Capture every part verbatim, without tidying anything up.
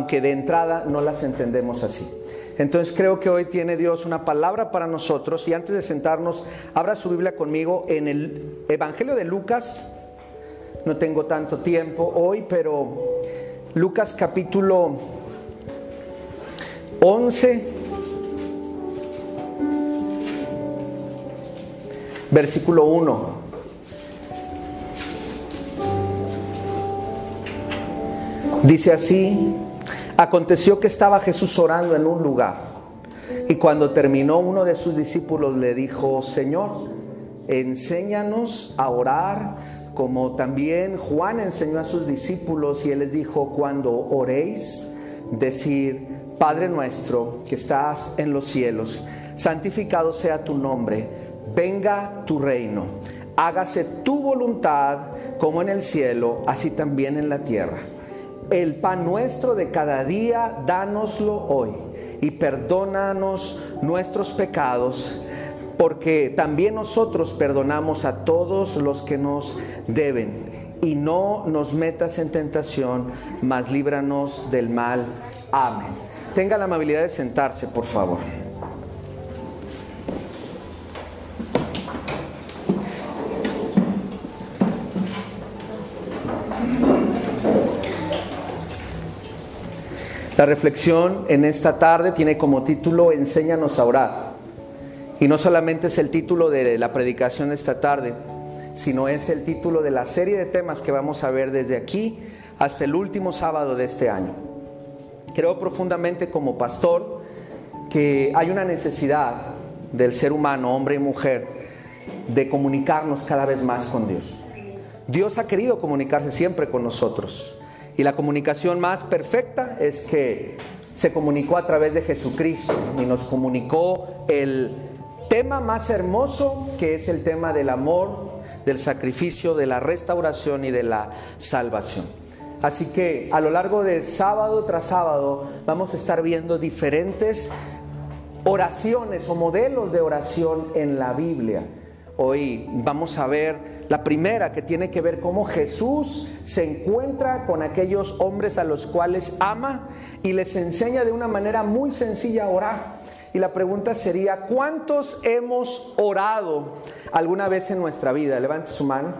aunque de entrada no las entendemos así. Entonces creo que hoy tiene Dios una palabra para nosotros. Y antes de sentarnos, abra su Biblia conmigo en el Evangelio de Lucas. No tengo tanto tiempo hoy, pero Lucas capítulo once, versículo uno. Dice así: aconteció que estaba Jesús orando en un lugar, y cuando terminó, uno de sus discípulos le dijo: Señor, enséñanos a orar, como también Juan enseñó a sus discípulos. Y él les dijo: cuando oréis, decid: Padre nuestro que estás en los cielos, santificado sea tu nombre, venga tu reino, hágase tu voluntad como en el cielo, así también en la tierra. El pan nuestro de cada día, dánoslo hoy, y perdónanos nuestros pecados, porque también nosotros perdonamos a todos los que nos deben. Y no nos metas en tentación, mas líbranos del mal. Amén. Tenga la amabilidad de sentarse, por favor. La reflexión en esta tarde tiene como título: Enséñanos a orar. Y no solamente es el título de la predicación de esta tarde, sino es el título de la serie de temas que vamos a ver desde aquí hasta el último sábado de este año. Creo profundamente como pastor que hay una necesidad del ser humano, hombre y mujer, de comunicarnos cada vez más con Dios. Dios ha querido comunicarse siempre con nosotros. Y la comunicación más perfecta es que se comunicó a través de Jesucristo y nos comunicó el tema más hermoso, que es el tema del amor, del sacrificio, de la restauración y de la salvación. Así que a lo largo de sábado tras sábado vamos a estar viendo diferentes oraciones o modelos de oración en la Biblia. Hoy vamos a ver la primera, que tiene que ver cómo Jesús se encuentra con aquellos hombres a los cuales ama y les enseña de una manera muy sencilla a orar. Y la pregunta sería: ¿cuántos hemos orado alguna vez en nuestra vida? Levante su mano.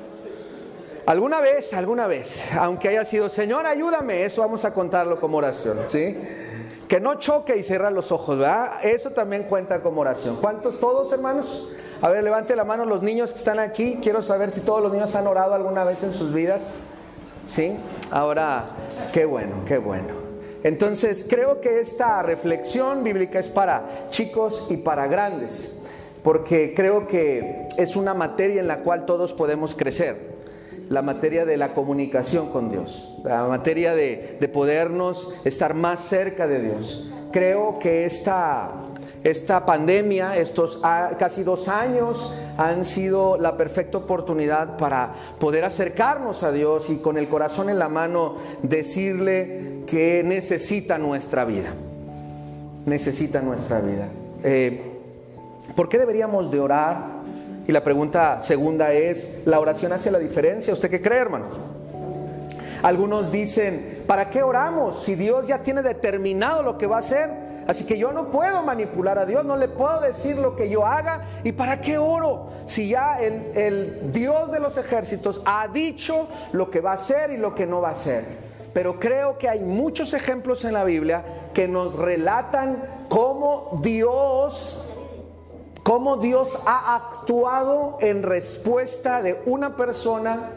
¿Alguna vez? ¿Alguna vez? Aunque haya sido: Señor, ayúdame. Eso vamos a contarlo como oración, ¿sí? Que no choque y cierra los ojos, ¿verdad? Eso también cuenta como oración. ¿Cuántos? ¿Todos, hermanos? A ver, levante la mano los niños que están aquí. Quiero saber si todos los niños han orado alguna vez en sus vidas. ¿Sí? Ahora, qué bueno, qué bueno. Entonces, creo que esta reflexión bíblica es para chicos y para grandes, porque creo que es una materia en la cual todos podemos crecer. La materia de la comunicación con Dios, la materia de, de podernos estar más cerca de Dios. Creo que esta, esta pandemia, estos a, casi dos años, han sido la perfecta oportunidad para poder acercarnos a Dios y con el corazón en la mano decirle que necesita nuestra vida. Necesita nuestra vida. Eh, ¿Por qué deberíamos de orar? Y la pregunta segunda es: ¿la oración hace la diferencia? ¿Usted qué cree, hermanos? Algunos dicen: ¿para qué oramos si Dios ya tiene determinado lo que va a hacer? Así que yo no puedo manipular a Dios, no le puedo decir lo que yo haga. ¿Y para qué oro si ya el, el Dios de los ejércitos ha dicho lo que va a hacer y lo que no va a hacer? Pero creo que hay muchos ejemplos en la Biblia que nos relatan cómo Dios... cómo Dios ha actuado en respuesta de una persona,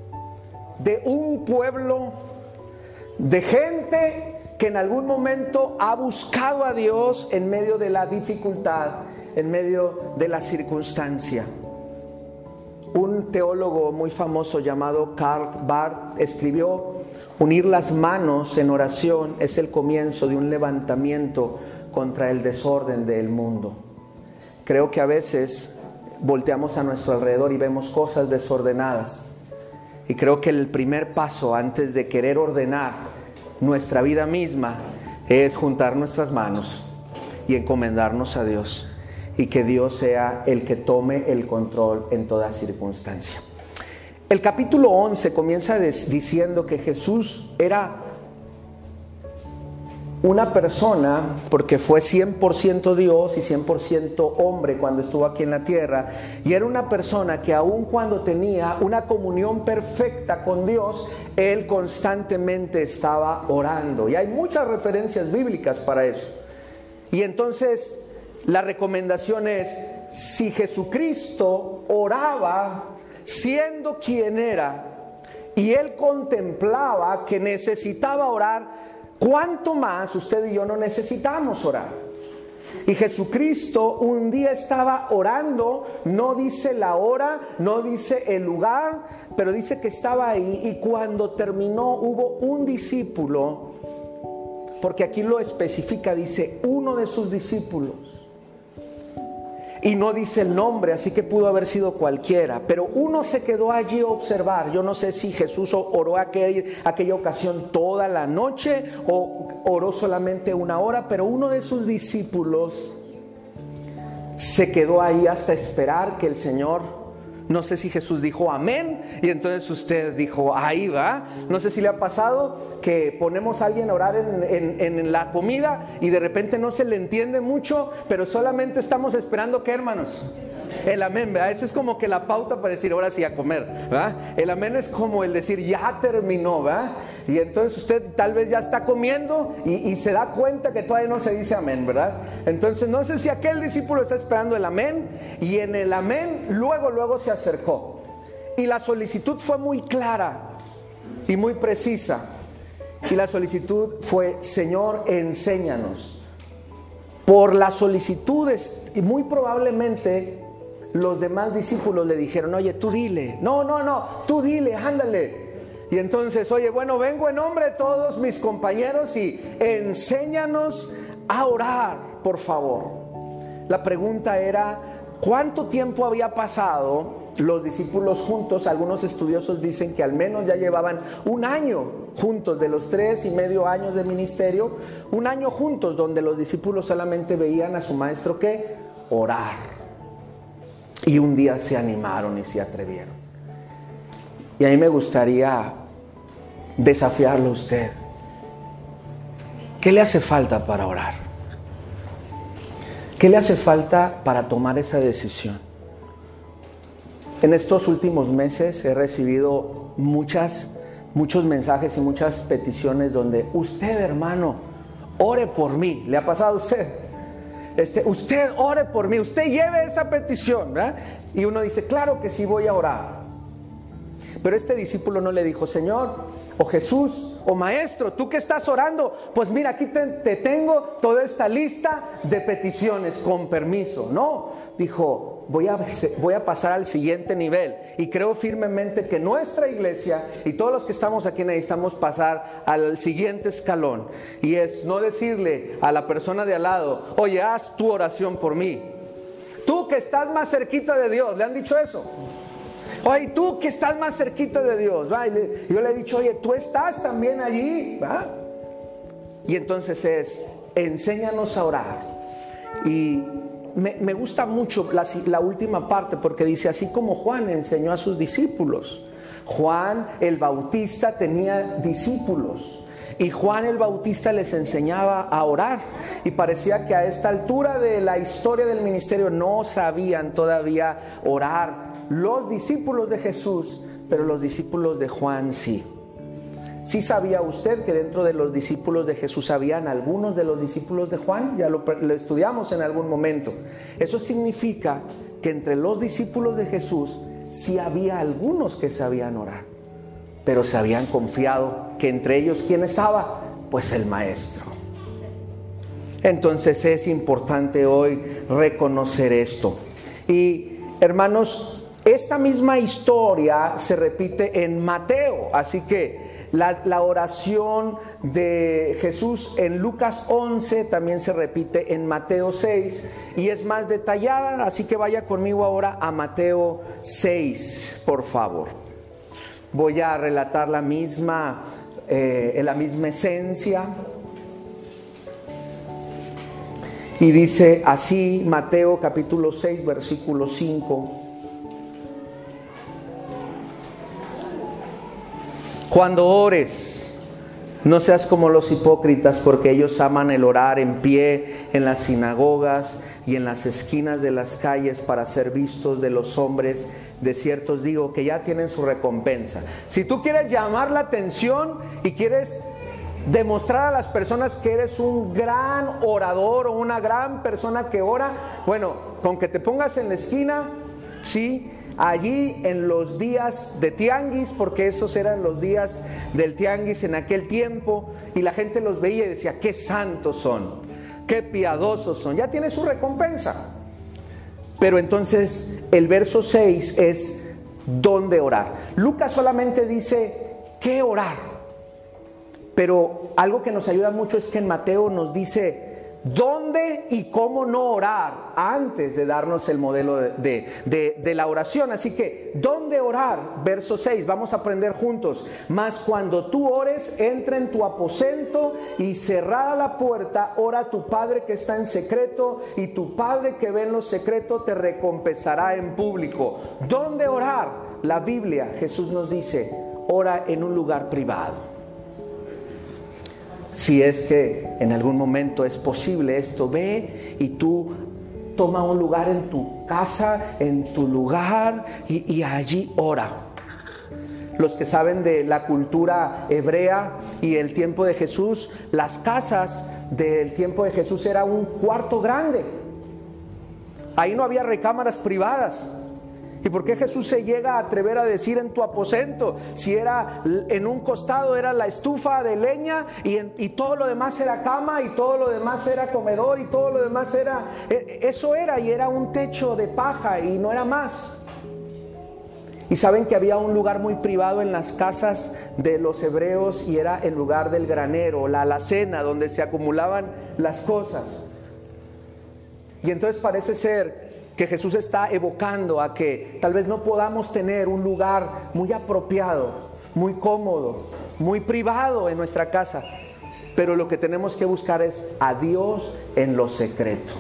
de un pueblo, de gente que en algún momento ha buscado a Dios en medio de la dificultad, en medio de la circunstancia. Un teólogo muy famoso llamado Karl Barth escribió: unir las manos en oración es el comienzo de un levantamiento contra el desorden del mundo. Creo que a veces volteamos a nuestro alrededor y vemos cosas desordenadas. Y creo que el primer paso antes de querer ordenar nuestra vida misma es juntar nuestras manos y encomendarnos a Dios. Y que Dios sea el que tome el control en toda circunstancia. El capítulo once comienza diciendo que Jesús era una persona, porque fue cien por ciento Dios y cien por ciento hombre cuando estuvo aquí en la tierra, y era una persona que aun cuando tenía una comunión perfecta con Dios, él constantemente estaba orando, y hay muchas referencias bíblicas para eso. Y entonces la recomendación es, si Jesucristo oraba siendo quien era, y él contemplaba que necesitaba orar, ¿cuánto más usted y yo no necesitamos orar? Y Jesucristo un día estaba orando, no dice la hora, no dice el lugar, pero dice que estaba ahí, y cuando terminó hubo un discípulo, porque aquí lo especifica, dice uno de sus discípulos, y no dice el nombre, así que pudo haber sido cualquiera, pero uno se quedó allí a observar. Yo no sé si Jesús oró aquel, aquella ocasión toda la noche o oró solamente una hora, pero uno de sus discípulos se quedó ahí hasta esperar que el Señor, no sé si Jesús dijo amén, y entonces usted dijo ahí va. No sé si le ha pasado que ponemos a alguien a orar en, en, en la comida y de repente no se le entiende mucho, pero solamente estamos esperando, ¿qué, hermanos? El amén, ¿verdad? Esa es como que la pauta para decir ahora sí a comer, ¿verdad? El amén es como el decir ya terminó, ¿verdad? Y entonces usted tal vez ya está comiendo y, y se da cuenta que todavía no se dice amén, ¿verdad? Entonces no sé si aquel discípulo está esperando el amén, y en el amén luego luego se acercó, y la solicitud fue muy clara y muy precisa, y la solicitud fue: Señor, enséñanos. Por las solicitudes, y muy probablemente los demás discípulos le dijeron: oye, tú dile, no, no, no, tú dile, ándale. Y entonces, oye, bueno, vengo en nombre de todos mis compañeros y enséñanos a orar, por favor. La pregunta era, ¿cuánto tiempo había pasado los discípulos juntos? Algunos estudiosos dicen que al menos ya llevaban un año juntos, de los tres y medio años de ministerio, un año juntos, donde los discípulos solamente veían a su maestro que orar. Y un día se animaron y se atrevieron. Y a mí me gustaría desafiarlo a usted. ¿Qué le hace falta para orar? ¿Qué le hace falta para tomar esa decisión? En estos últimos meses he recibido muchas, muchos mensajes y muchas peticiones donde usted, hermano, ore por mí. ¿Le ha pasado a usted? Este, usted ore por mí, usted lleve esa petición, ¿verdad? Y uno dice, claro que sí voy a orar. Pero este discípulo no le dijo: Señor, o Jesús, o Maestro, tú que estás orando, pues mira, aquí te, te tengo toda esta lista de peticiones, con permiso. No, dijo, voy a, voy a pasar al siguiente nivel. Y creo firmemente que nuestra iglesia y todos los que estamos aquí necesitamos pasar al siguiente escalón. Y es no decirle a la persona de al lado: oye, haz tu oración por mí. Tú que estás más cerquita de Dios, ¿le han dicho eso? Oye, tú que estás más cerquita de Dios, ¿va? Y le, yo le he dicho, oye, tú estás también allí, ¿va? Y entonces es, enséñanos a orar. Y me, me gusta mucho la, la última parte, porque dice, así como Juan enseñó a sus discípulos. Juan el Bautista tenía discípulos, y Juan el Bautista les enseñaba a orar, y parecía que a esta altura de la historia del ministerio no sabían todavía orar los discípulos de Jesús, pero los discípulos de Juan sí. ¿Sí sabía usted que dentro de los discípulos de Jesús habían algunos de los discípulos de Juan? Ya lo, lo estudiamos en algún momento. Eso significa que entre los discípulos de Jesús sí había algunos que sabían orar, pero se habían confiado que entre ellos, ¿quién estaba? Pues el Maestro. Entonces es importante hoy reconocer esto. Y hermanos, esta misma historia se repite en Mateo, así que la, la oración de Jesús en Lucas once también se repite en Mateo seis y es más detallada, así que vaya conmigo ahora a Mateo seis, por favor. Voy a relatar la misma, eh, la misma esencia. Y dice así Mateo capítulo seis, versículo cinco. Cuando ores, No seas como los hipócritas, porque ellos aman el orar en pie en las sinagogas y en las esquinas de las calles para ser vistos de los hombres. De cierto os digo que ya tienen su recompensa. Si tú quieres llamar la atención y quieres demostrar a las personas que eres un gran orador o una gran persona que ora, bueno, con que te pongas en la esquina, sí, allí en los días de tianguis, porque esos eran los días del tianguis en aquel tiempo, y la gente los veía y decía, qué santos son, qué piadosos son, ya tiene su recompensa. Pero entonces el verso seis es ¿dónde orar? Lucas solamente dice ¿qué orar? Pero algo que nos ayuda mucho es que en Mateo nos dice ¿dónde y cómo no orar? Antes de darnos el modelo de, de, de, de la oración. Así que, ¿dónde orar? Verso seis, vamos a aprender juntos. Mas cuando tú ores, entra en tu aposento y cerrada la puerta, ora a tu Padre que está en secreto, y tu Padre que ve en lo secreto te recompensará en público. ¿Dónde orar? La Biblia, Jesús nos dice, ora en un lugar privado. Si es que en algún momento es posible esto, ve y tú toma un lugar en tu casa, en tu lugar, y, y allí ora. Los que saben de la cultura hebrea y el tiempo de Jesús, las casas del tiempo de Jesús era un cuarto grande. Ahí no había recámaras privadas. ¿Y por qué Jesús se llega a atrever a decir en tu aposento? Si era en un costado era la estufa de leña y, en, y todo lo demás era cama y todo lo demás era comedor y todo lo demás era... Eso era, y era un techo de paja y no era más. Y saben que había un lugar muy privado en las casas de los hebreos, y era el lugar del granero, la alacena, donde se acumulaban las cosas. Y entonces parece ser que Jesús está evocando a que tal vez no podamos tener un lugar muy apropiado, muy cómodo, muy privado en nuestra casa, pero lo que tenemos que buscar es a Dios en lo secreto.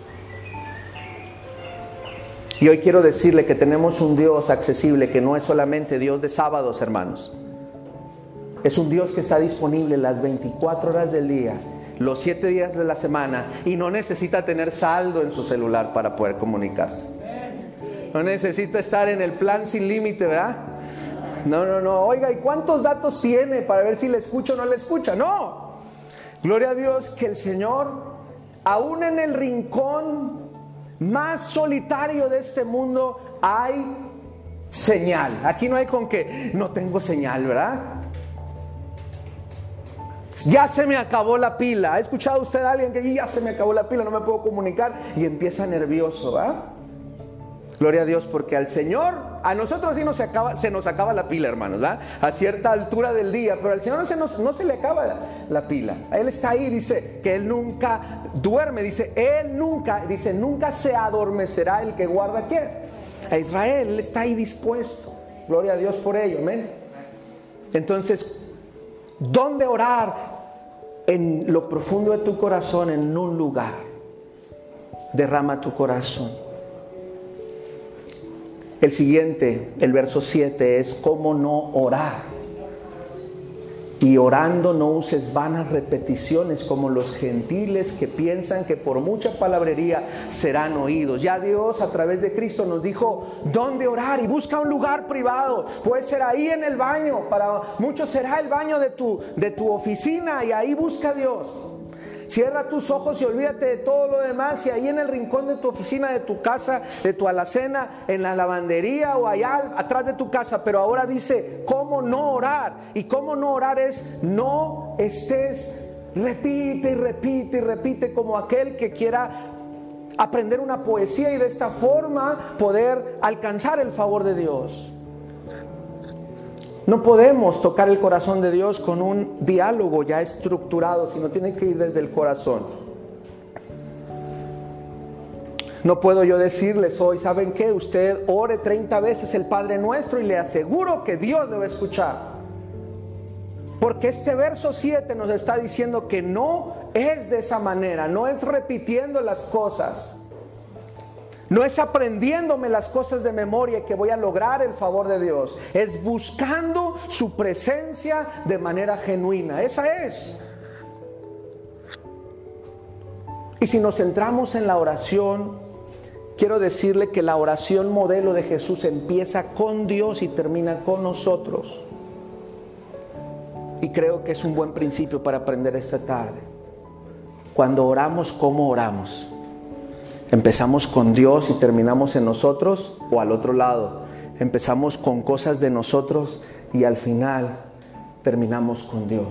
Y hoy quiero decirle que tenemos un Dios accesible, que no es solamente Dios de sábados, hermanos. Es un Dios que está disponible las veinticuatro horas del día, los siete días de la semana, y no necesita tener saldo en su celular para poder comunicarse. No necesita estar en el plan sin límite, ¿verdad? No, no, no. Oiga, ¿y cuántos datos tiene para ver si le escucha o no le escucha? No. Gloria a Dios que el Señor, aún en el rincón más solitario de este mundo, hay señal. Aquí no hay con que no tengo señal, ¿verdad? Ya se me acabó la pila. ¿Ha escuchado usted a alguien que ya se me acabó la pila, no me puedo comunicar? Y empieza nervioso, ¿verdad? Gloria a Dios, porque al Señor, a nosotros sí nos acaba, se nos acaba la pila, hermanos, ¿verdad? A cierta altura del día, pero al Señor no se, nos, no se le acaba la, la pila. Él está ahí, dice que Él nunca duerme, dice, Él nunca, dice, nunca se adormecerá el que guarda, ¿quién? A Israel. Él está ahí dispuesto. Gloria a Dios por ello, amén. Entonces, ¿dónde orar? En lo profundo de tu corazón, en un lugar. Derrama tu corazón. El siguiente, el verso siete, es cómo no orar. Y orando no uses vanas repeticiones como los gentiles, que piensan que por mucha palabrería serán oídos. Ya Dios a través de Cristo nos dijo dónde orar, y busca un lugar privado. Puede ser ahí en el baño, para muchos será el baño de tu, de tu oficina, y ahí busca a Dios. Cierra tus ojos y olvídate de todo lo demás, y ahí en el rincón de tu oficina, de tu casa, de tu alacena, en la lavandería o allá atrás de tu casa. Pero ahora dice cómo no orar. Y cómo no orar es no estés, repite y repite y repite como aquel que quiera aprender una poesía y de esta forma poder alcanzar el favor de Dios. No podemos tocar el corazón de Dios con un diálogo ya estructurado, sino tiene que ir desde el corazón. No puedo yo decirles hoy, ¿saben qué? Usted ore treinta veces el Padre Nuestro y le aseguro que Dios le va a escuchar. Porque este verso siete nos está diciendo que no es de esa manera, no es repitiendo las cosas. No es aprendiéndome las cosas de memoria que voy a lograr el favor de Dios. Es buscando su presencia de manera genuina. Esa es. Y si nos centramos en la oración, quiero decirle que la oración modelo de Jesús empieza con Dios y termina con nosotros. Y creo que es un buen principio para aprender esta tarde. Cuando oramos, ¿cómo oramos? ¿Empezamos con Dios y terminamos en nosotros? ¿O al otro lado? Empezamos con cosas de nosotros y al final terminamos con Dios.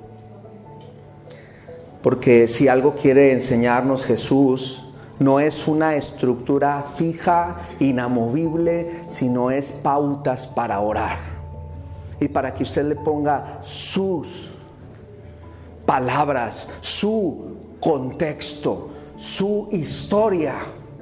Porque si algo quiere enseñarnos Jesús, no es una estructura fija, inamovible, sino es pautas para orar. Y para que usted le ponga sus palabras, su contexto, su historia.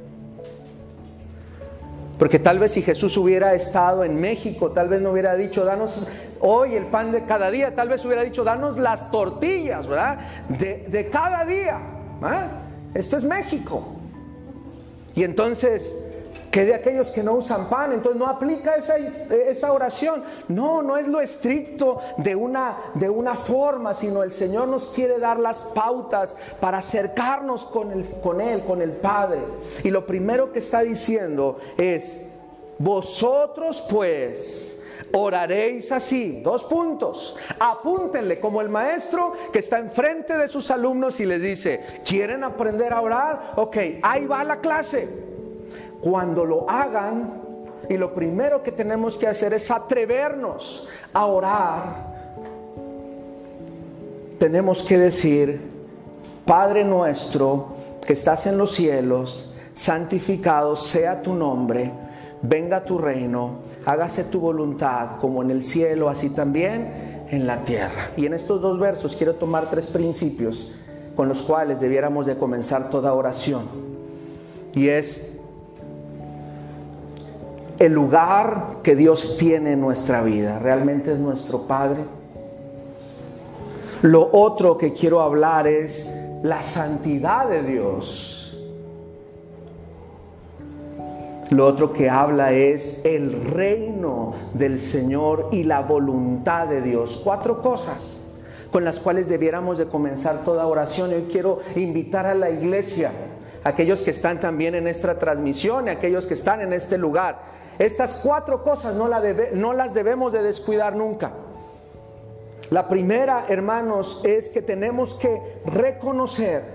Porque tal vez si Jesús hubiera estado en México, tal vez no hubiera dicho, danos hoy el pan de cada día. Tal vez hubiera dicho, danos las tortillas, ¿verdad? De, de cada día. ¿Ah? Esto es México. Y entonces, ¿qué de aquellos que no usan pan? Entonces no aplica esa, esa oración. No, no es lo estricto de una, de una forma, sino el Señor nos quiere dar las pautas para acercarnos con, el, con Él, con el Padre. Y lo primero que está diciendo es, vosotros pues oraréis así. Dos puntos. Apúntenle como el maestro que está enfrente de sus alumnos y les dice, ¿quieren aprender a orar? Ok, ahí va la clase. Cuando lo hagan, y lo primero que tenemos que hacer es atrevernos a orar, tenemos que decir, Padre nuestro que estás en los cielos, santificado sea tu nombre, venga tu reino, hágase tu voluntad como en el cielo, así también en la tierra. Y en estos dos versos quiero tomar tres principios con los cuales debiéramos de comenzar toda oración. Y es el lugar que Dios tiene en nuestra vida. Realmente es nuestro Padre. Lo otro que quiero hablar es la santidad de Dios. Lo otro que habla es el reino del Señor y la voluntad de Dios. Cuatro cosas con las cuales debiéramos de comenzar toda oración. Yo quiero invitar a la iglesia, aquellos que están también en esta transmisión y aquellos que están en este lugar. Estas cuatro cosas no, la debe, no las debemos de descuidar nunca. La primera, hermanos, es que tenemos que reconocer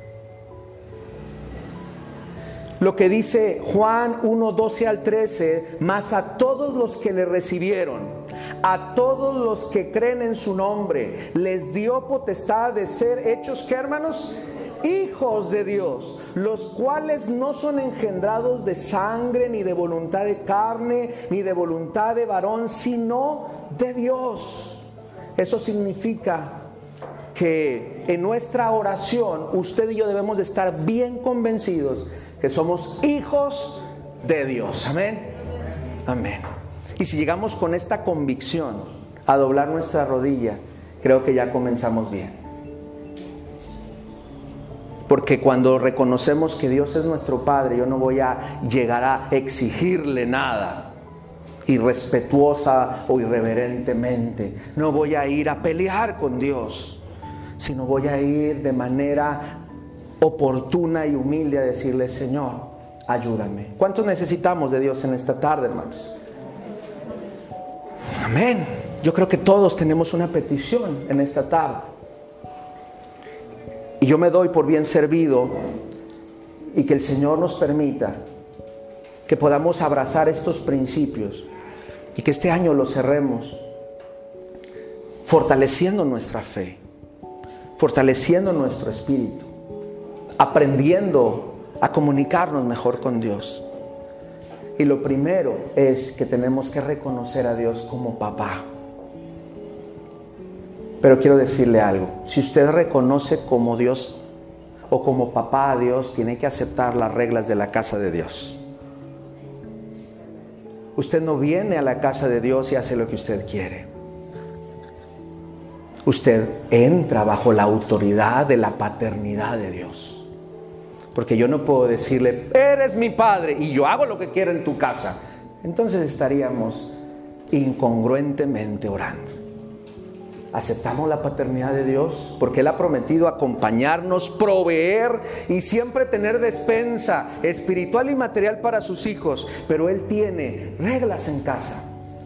lo que dice Juan uno, doce al trece, mas a todos los que le recibieron, a todos los que creen en su nombre, les dio potestad de ser hechos, ¿qué, hermanos? Hijos de Dios, los cuales no son engendrados de sangre, ni de voluntad de carne, ni de voluntad de varón, sino de Dios. Eso significa que en nuestra oración, usted y yo debemos de estar bien convencidos que somos hijos de Dios. Amén. Amén. Y si llegamos con esta convicción a doblar nuestra rodilla, creo que ya comenzamos bien. Porque cuando reconocemos que Dios es nuestro Padre, yo no voy a llegar a exigirle nada irrespetuosa o irreverentemente. No voy a ir a pelear con Dios, sino voy a ir de manera oportuna y humilde a decirle, Señor, ayúdame. ¿Cuántos necesitamos de Dios en esta tarde, hermanos? Amén. Yo creo que todos tenemos una petición en esta tarde. Y yo me doy por bien servido y que el Señor nos permita que podamos abrazar estos principios y que este año los cerremos fortaleciendo nuestra fe, fortaleciendo nuestro espíritu, aprendiendo a comunicarnos mejor con Dios. Y lo primero es que tenemos que reconocer a Dios como papá. Pero quiero decirle algo, si usted reconoce como Dios o como papá a Dios, tiene que aceptar las reglas de la casa de Dios. Usted no viene a la casa de Dios y hace lo que usted quiere. Usted entra bajo la autoridad de la paternidad de Dios. Porque yo no puedo decirle, eres mi padre y yo hago lo que quiero en tu casa. Entonces estaríamos incongruentemente orando. ¿Aceptamos la paternidad de Dios? Porque Él ha prometido acompañarnos, proveer y siempre tener despensa espiritual y material para sus hijos. Pero Él tiene reglas en casa.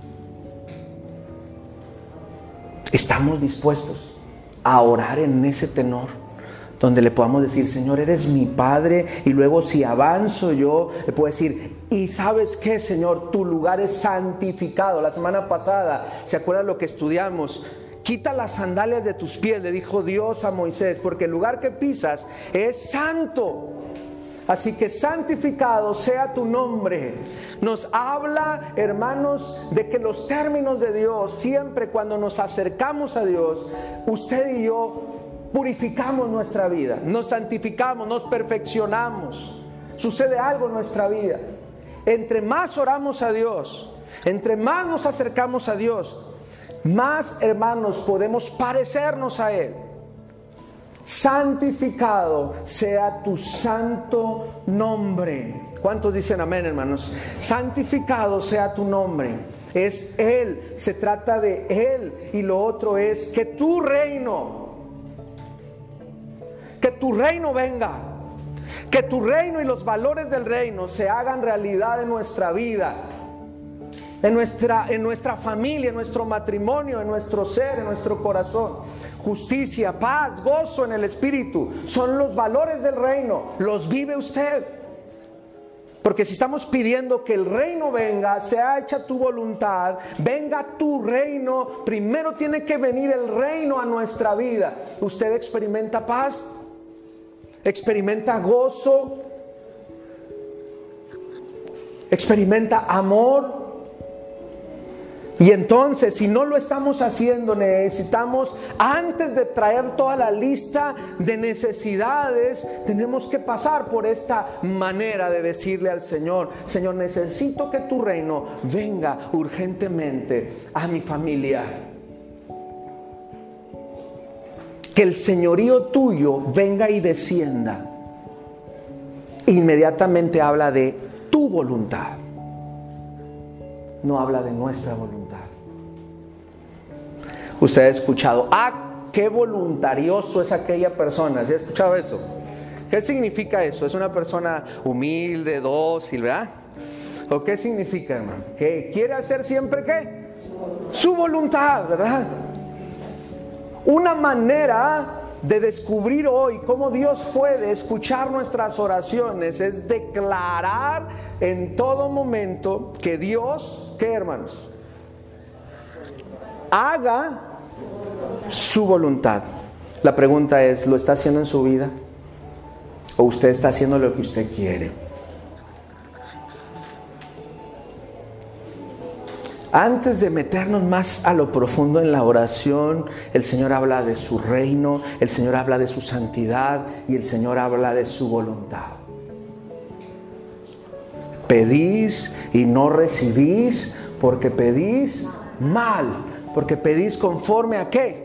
¿Estamos dispuestos a orar en ese tenor? Donde le podamos decir, Señor, eres mi Padre. Y luego si avanzo yo, le puedo decir, y ¿sabes qué, Señor? Tu lugar es santificado. La semana pasada, ¿se acuerdan lo que estudiamos? Quita las sandalias de tus pies, le dijo Dios a Moisés, porque el lugar que pisas es santo. Así que santificado sea tu nombre. Nos habla, hermanos, de que los términos de Dios, siempre cuando nos acercamos a Dios, usted y yo purificamos nuestra vida, nos santificamos, nos perfeccionamos. Sucede algo en nuestra vida. Entre más oramos a Dios, entre más nos acercamos a Dios, más, hermanos, podemos parecernos a Él. Santificado sea tu santo nombre. ¿Cuántos dicen amén, hermanos? Santificado sea tu nombre. Es Él, se trata de Él. Y lo otro es que tu reino, que tu reino venga. Que tu reino y los valores del reino se hagan realidad en nuestra vida. En nuestra, en nuestra familia, en nuestro matrimonio, en nuestro ser, en nuestro corazón. Justicia, paz, gozo en el Espíritu. Son los valores del reino. Los vive usted. Porque si estamos pidiendo que el reino venga, sea hecha tu voluntad, venga tu reino, primero tiene que venir el reino a nuestra vida. Usted experimenta paz, experimenta gozo, experimenta amor. Y entonces, si no lo estamos haciendo, necesitamos, antes de traer toda la lista de necesidades, tenemos que pasar por esta manera de decirle al Señor, Señor, necesito que tu reino venga urgentemente a mi familia. Que el señorío tuyo venga y descienda. Inmediatamente habla de tu voluntad. No habla de nuestra voluntad. Usted ha escuchado, ah, qué voluntarioso es aquella persona. ¿Sí ha escuchado eso? ¿Qué significa eso? Es una persona humilde, dócil, ¿verdad? ¿O qué significa, hermano? Que quiere hacer siempre ¿qué? Su voluntad, ¿verdad? Una manera de descubrir hoy cómo Dios puede escuchar nuestras oraciones es declarar en todo momento que Dios, ¿qué, hermanos? Haga su voluntad. La pregunta es, ¿lo está haciendo en su vida? ¿O usted está haciendo lo que usted quiere? Antes de meternos más a lo profundo en la oración, el Señor habla de su reino, el Señor habla de su santidad y el Señor habla de su voluntad. Pedís y no recibís porque pedís mal, porque pedís conforme a ¿qué?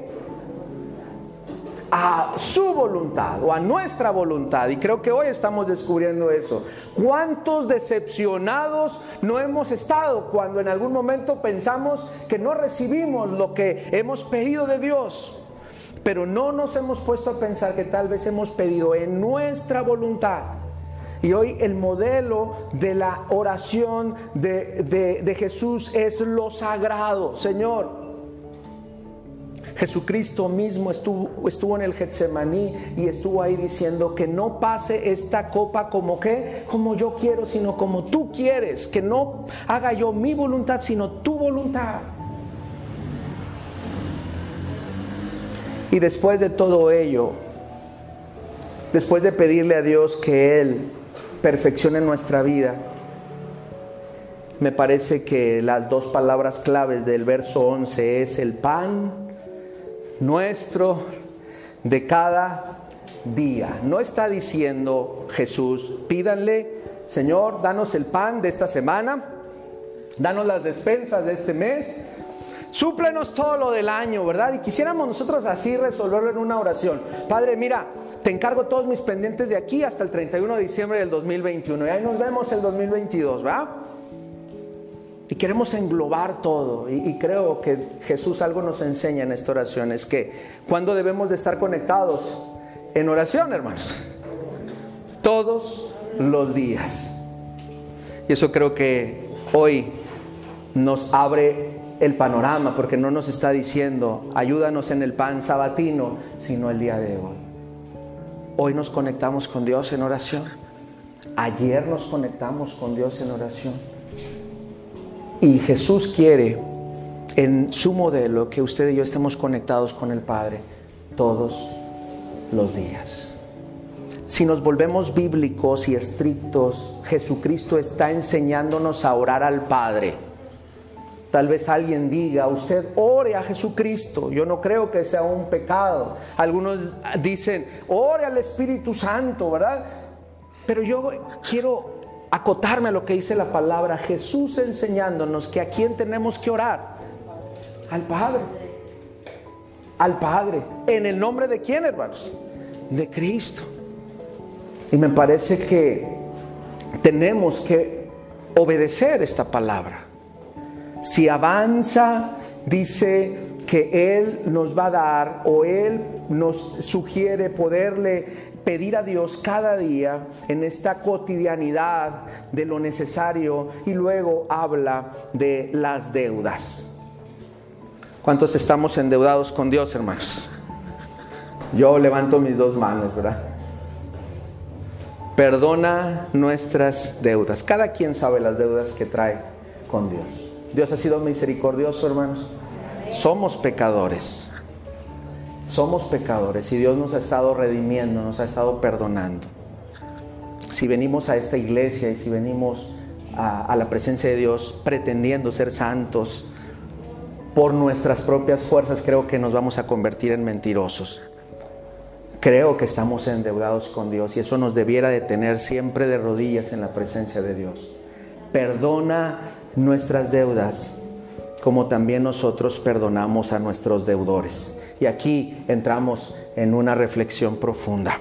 A su voluntad o a nuestra voluntad. Y creo que hoy estamos descubriendo eso. ¿Cuántos decepcionados no hemos estado cuando en algún momento pensamos que no recibimos lo que hemos pedido de Dios? Pero no nos hemos puesto a pensar que tal vez hemos pedido en nuestra voluntad. Y hoy el modelo de la oración de, de, de Jesús es lo sagrado. Señor, Jesucristo mismo estuvo, estuvo en el Getsemaní y estuvo ahí diciendo que no pase esta copa como ¿qué? Como yo quiero, sino como tú quieres. Que no haga yo mi voluntad, sino tu voluntad. Y después de todo ello, después de pedirle a Dios que Él perfeccione nuestra vida, me parece que las dos palabras claves del verso once es el pan nuestro de cada día. No está diciendo Jesús, pídanle, Señor, danos el pan de esta semana, danos las despensas de este mes, súplenos todo lo del año, ¿verdad? Y quisiéramos nosotros así resolverlo en una oración. Padre, mira, te encargo todos mis pendientes de aquí hasta el treinta y uno de diciembre del dos mil veintiuno. Y ahí nos vemos el dos mil veintidós, ¿va? Y queremos englobar todo. Y, y creo que Jesús algo nos enseña en esta oración. Es que ¿cuándo debemos de estar conectados en oración, hermanos? Todos los días. Y eso creo que hoy nos abre el panorama, porque no nos está diciendo ayúdanos en el pan sabatino, sino el día de hoy. Hoy nos conectamos con Dios en oración. Ayer nos conectamos con Dios en oración. Y Jesús quiere en su modelo que usted y yo estemos conectados con el Padre todos los días. Si nos volvemos bíblicos y estrictos, Jesucristo está enseñándonos a orar al Padre. Tal vez alguien diga, usted ore a Jesucristo. Yo no creo que sea un pecado. Algunos dicen, ore al Espíritu Santo, ¿verdad? Pero yo quiero acotarme a lo que dice la palabra. Jesús enseñándonos que a quién tenemos que orar. Al Padre. Al Padre. ¿En el nombre de quién, hermanos? De Cristo. Y me parece que tenemos que obedecer esta palabra. Si avanza, dice que Él nos va a dar, o Él nos sugiere poderle pedir a Dios cada día en esta cotidianidad de lo necesario, y luego habla de las deudas. ¿Cuántos estamos endeudados con Dios, hermanos? Yo levanto mis dos manos, ¿verdad? Perdona nuestras deudas. Cada quien sabe las deudas que trae con Dios. Dios ha sido misericordioso, hermanos. Somos pecadores. Somos pecadores y Dios nos ha estado redimiendo, nos ha estado perdonando. Si venimos a esta iglesia y si venimos a, a la presencia de Dios pretendiendo ser santos por nuestras propias fuerzas, creo que nos vamos a convertir en mentirosos. Creo que estamos endeudados con Dios y eso nos debiera de tener siempre de rodillas en la presencia de Dios. Perdona nuestras deudas como también nosotros perdonamos a nuestros deudores. Y aquí entramos en una reflexión profunda.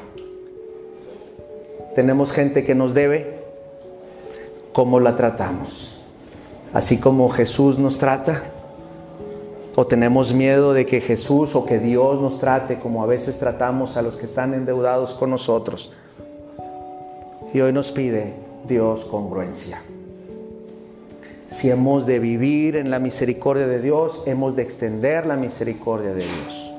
Tenemos gente que nos debe, ¿cómo la tratamos? Así como Jesús nos trata. ¿O tenemos miedo de que Jesús o que Dios nos trate como a veces tratamos a los que están endeudados con nosotros? Y hoy nos pide Dios congruencia. Si hemos de vivir en la misericordia de Dios, hemos de extender la misericordia de Dios.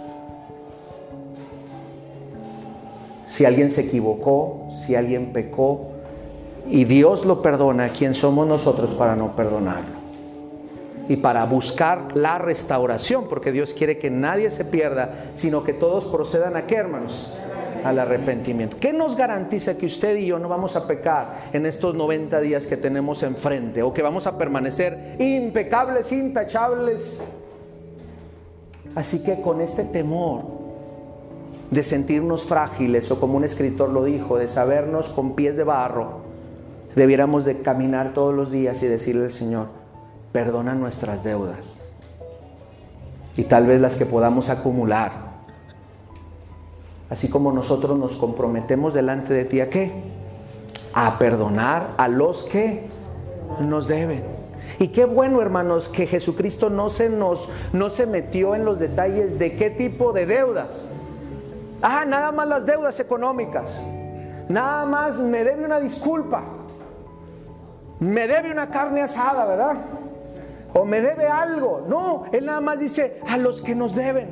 Si alguien se equivocó, si alguien pecó y Dios lo perdona, ¿quién somos nosotros para no perdonarlo? Y para buscar la restauración, porque Dios quiere que nadie se pierda, sino que todos procedan ¿a qué, hermanos? Al arrepentimiento. ¿Qué nos garantiza que usted y yo no vamos a pecar en estos noventa días que tenemos enfrente? O que vamos a permanecer impecables, intachables. Así que con este temor de sentirnos frágiles, o como un escritor lo dijo, de sabernos con pies de barro, debiéramos de caminar todos los días y decirle al Señor, perdona nuestras deudas. Y tal vez las que podamos acumular. Así como nosotros nos comprometemos delante de ti, ¿a qué? A perdonar a los que nos deben. Y qué bueno, hermanos, que Jesucristo no se nos, no se metió en los detalles de qué tipo de deudas. Ah, nada más las deudas económicas. Nada más me debe una disculpa. Me debe una carne asada, ¿verdad? O me debe algo. No, Él nada más dice a los que nos deben.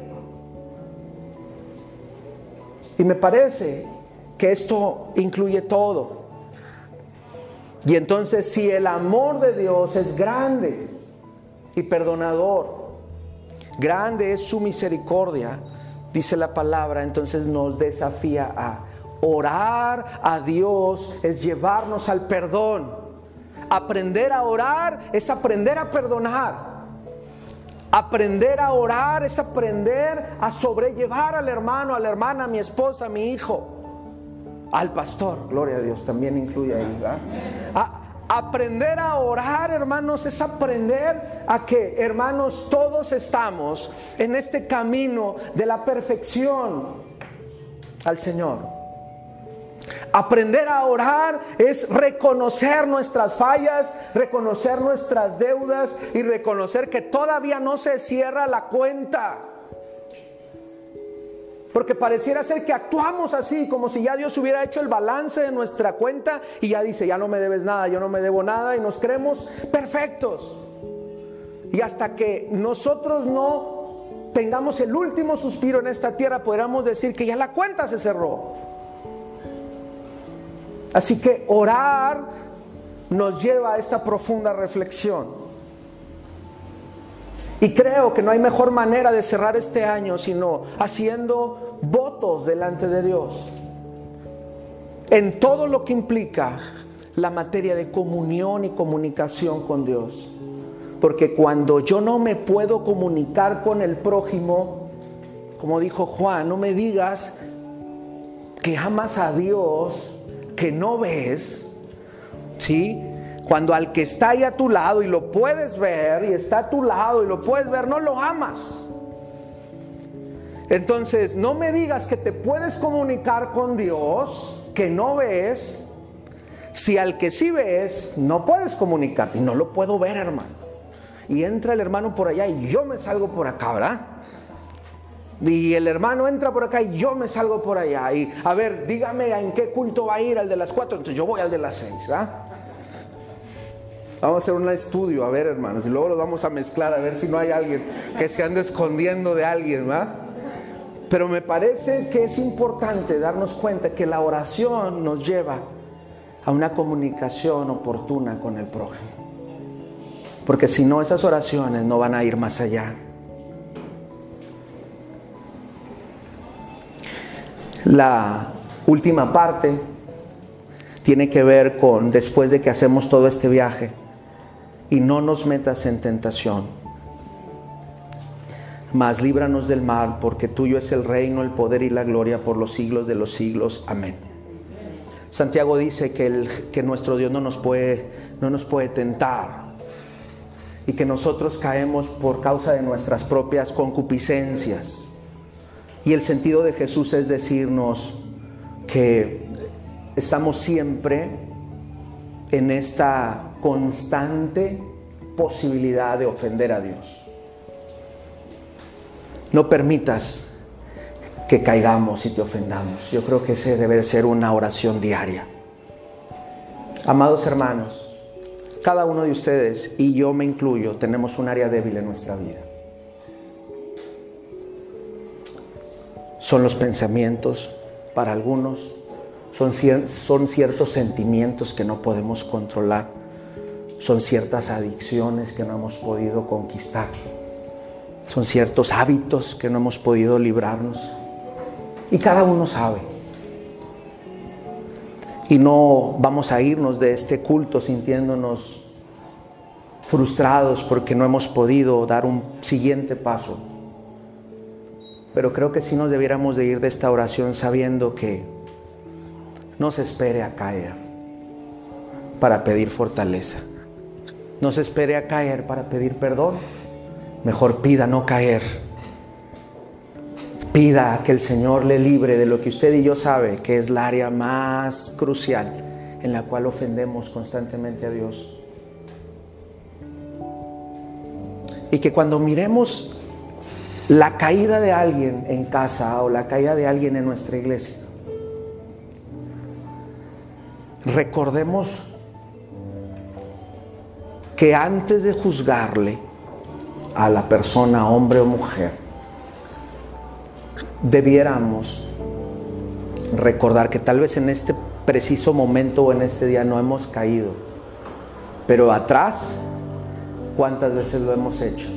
Y me parece que esto incluye todo. Y entonces, si el amor de Dios es grande y perdonador, grande es su misericordia, dice la palabra, entonces nos desafía a orar a Dios, es llevarnos al perdón. Aprender a orar es aprender a perdonar. Aprender a orar es aprender a sobrellevar al hermano, a la hermana, a mi esposa, a mi hijo, al pastor. Gloria a Dios, también incluye ahí, ¿verdad? A, aprender a orar, hermanos, es aprender a que, hermanos, todos estamos en este camino de la perfección al Señor. Aprender a orar es reconocer nuestras fallas, reconocer nuestras deudas y reconocer que todavía no se cierra la cuenta. Porque pareciera ser que actuamos así, como si ya Dios hubiera hecho el balance de nuestra cuenta y ya dice, ya no me debes nada, yo no me debo nada, y nos creemos perfectos. Y hasta que nosotros no tengamos el último suspiro en esta tierra, podríamos decir que ya la cuenta se cerró. Así que orar nos lleva a esta profunda reflexión. Y creo que no hay mejor manera de cerrar este año sino haciendo votos delante de Dios en todo lo que implica la materia de comunión y comunicación con Dios. Porque cuando yo no me puedo comunicar con el prójimo, como dijo Juan, no me digas que amas a Dios que no ves, ¿sí? Cuando al que está ahí a tu lado y lo puedes ver, y está a tu lado y lo puedes ver, no lo amas. Entonces, no me digas que te puedes comunicar con Dios que no ves, si al que sí ves no puedes comunicarte. Y no lo puedo ver, hermano. Y entra el hermano por allá y yo me salgo por acá, ¿verdad? Y el hermano entra por acá y yo me salgo por allá. Y a ver, dígame en qué culto va a ir, al de las cuatro. Entonces yo voy al de las seis, ¿verdad? Vamos a hacer un estudio, a ver, hermanos, y luego lo vamos a mezclar, a ver si no hay alguien que se ande escondiendo de alguien, ¿verdad? Pero me parece que es importante darnos cuenta que la oración nos lleva a una comunicación oportuna con el prójimo. Porque si no, esas oraciones no van a ir más allá. La última parte tiene que ver con después de que hacemos todo este viaje. Y no nos metas en tentación, mas líbranos del mal, porque tuyo es el reino, el poder y la gloria por los siglos de los siglos. Amén. Santiago dice que, el, que nuestro Dios no nos puede, no nos puede tentar, y que nosotros caemos por causa de nuestras propias concupiscencias. Y el sentido de Jesús es decirnos que estamos siempre en esta constante posibilidad de ofender a Dios. No permitas que caigamos y te ofendamos. Yo creo que ese debe ser una oración diaria. Amados hermanos, cada uno de ustedes, y yo me incluyo, tenemos un área débil en nuestra vida. Son los pensamientos para algunos, son, cier- son ciertos sentimientos que no podemos controlar, son ciertas adicciones que no hemos podido conquistar, son ciertos hábitos que no hemos podido librarnos, y cada uno sabe. Y no vamos a irnos de este culto sintiéndonos frustrados porque no hemos podido dar un siguiente paso. Pero creo que sí nos debiéramos de ir de esta oración sabiendo que no se espere a caer para pedir fortaleza. No se espere a caer para pedir perdón. Mejor pida no caer. Pida que el Señor le libre de lo que usted y yo sabe que es la área más crucial en la cual ofendemos constantemente a Dios. Y que cuando miremos la caída de alguien en casa o la caída de alguien en nuestra iglesia, recordemos que antes de juzgarle a la persona, hombre o mujer, debiéramos recordar que tal vez en este preciso momento o en este día no hemos caído, pero atrás, ¿cuántas veces lo hemos hecho?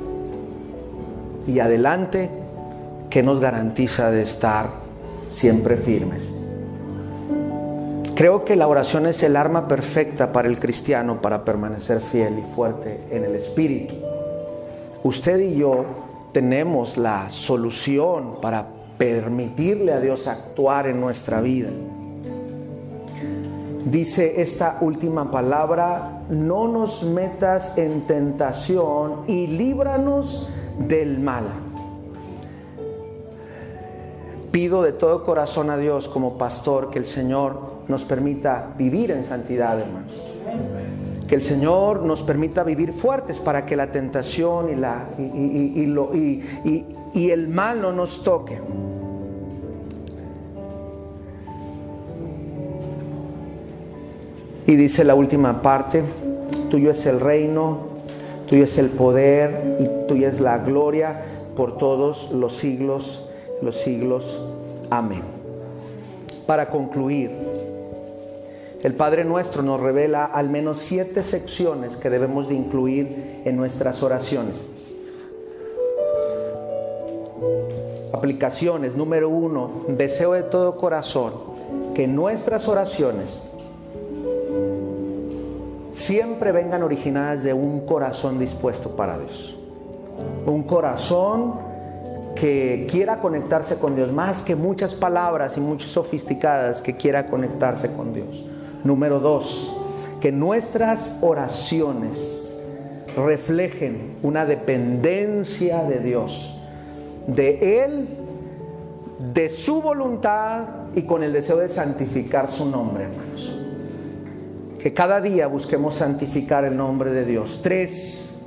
Y adelante, ¿qué nos garantiza de estar siempre firmes? Creo que la oración es el arma perfecta para el cristiano para permanecer fiel y fuerte en el espíritu. Usted y yo tenemos la solución para permitirle a Dios actuar en nuestra vida. Dice esta última palabra: no nos metas en tentación y líbranos del mal. pido de todo corazón a Dios como pastor que el Señor nos permita vivir en santidad, hermanos. Que el Señor nos permita vivir fuertes para que la tentación y, la, y, y, y, lo, y, y, y el mal no nos toque. Y dice la última parte: tuyo es el reino, tuyo es el poder y tuya es la gloria por todos los siglos, los siglos. Amén. Para concluir, el Padre Nuestro nos revela al menos siete secciones que debemos de incluir en nuestras oraciones. Aplicaciones. Número uno, deseo de todo corazón que nuestras oraciones siempre vengan originadas de un corazón dispuesto para Dios. Un corazón que quiera conectarse con Dios, más que muchas palabras y muchas sofisticadas, que quiera conectarse con Dios. Número dos, que nuestras oraciones reflejen una dependencia de Dios, de Él, de su voluntad y con el deseo de santificar su nombre, hermanos. Que cada día busquemos santificar el nombre de Dios. Tres,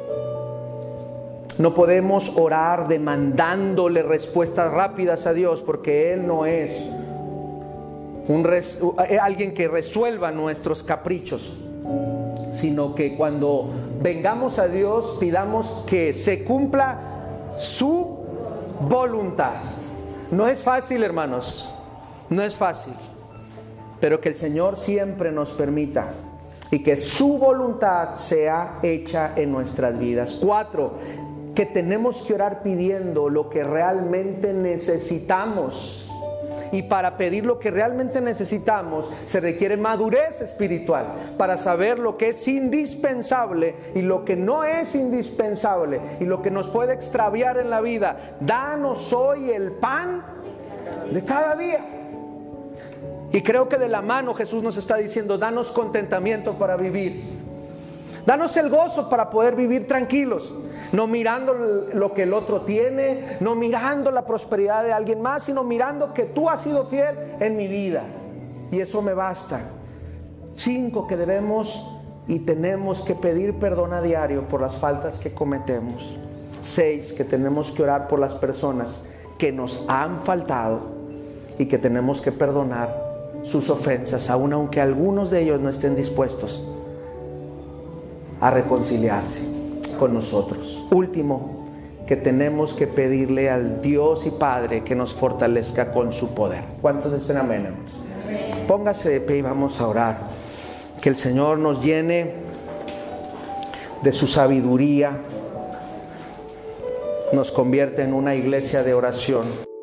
no podemos orar demandándole respuestas rápidas a Dios, porque Él no es un res, alguien que resuelva nuestros caprichos, sino que cuando vengamos a Dios pidamos que se cumpla su voluntad. No es fácil, hermanos, no es fácil, pero que el Señor siempre nos permita y que su voluntad sea hecha en nuestras vidas. Cuatro, que tenemos que orar pidiendo lo que realmente necesitamos. Y para pedir lo que realmente necesitamos se requiere madurez espiritual para saber lo que es indispensable y lo que no es indispensable y lo que nos puede extraviar en la vida. Danos hoy el pan de cada día. Y creo que de la mano Jesús nos está diciendo: danos contentamiento para vivir. Danos el gozo para poder vivir tranquilos, no mirando lo que el otro tiene, no mirando la prosperidad de alguien más, sino mirando que tú has sido fiel en mi vida, y eso me basta. Cinco, que debemos y tenemos que pedir perdón a diario por las faltas que cometemos. Seis, que tenemos que orar por las personas que nos han faltado y que tenemos que perdonar sus ofensas, aun aunque algunos de ellos no estén dispuestos a reconciliarse con nosotros. Último, que tenemos que pedirle al Dios y Padre que nos fortalezca con su poder. ¿Cuántos dicen amén, hermanos? Póngase de pie y vamos a orar. Que el Señor nos llene de su sabiduría, nos convierte en una iglesia de oración.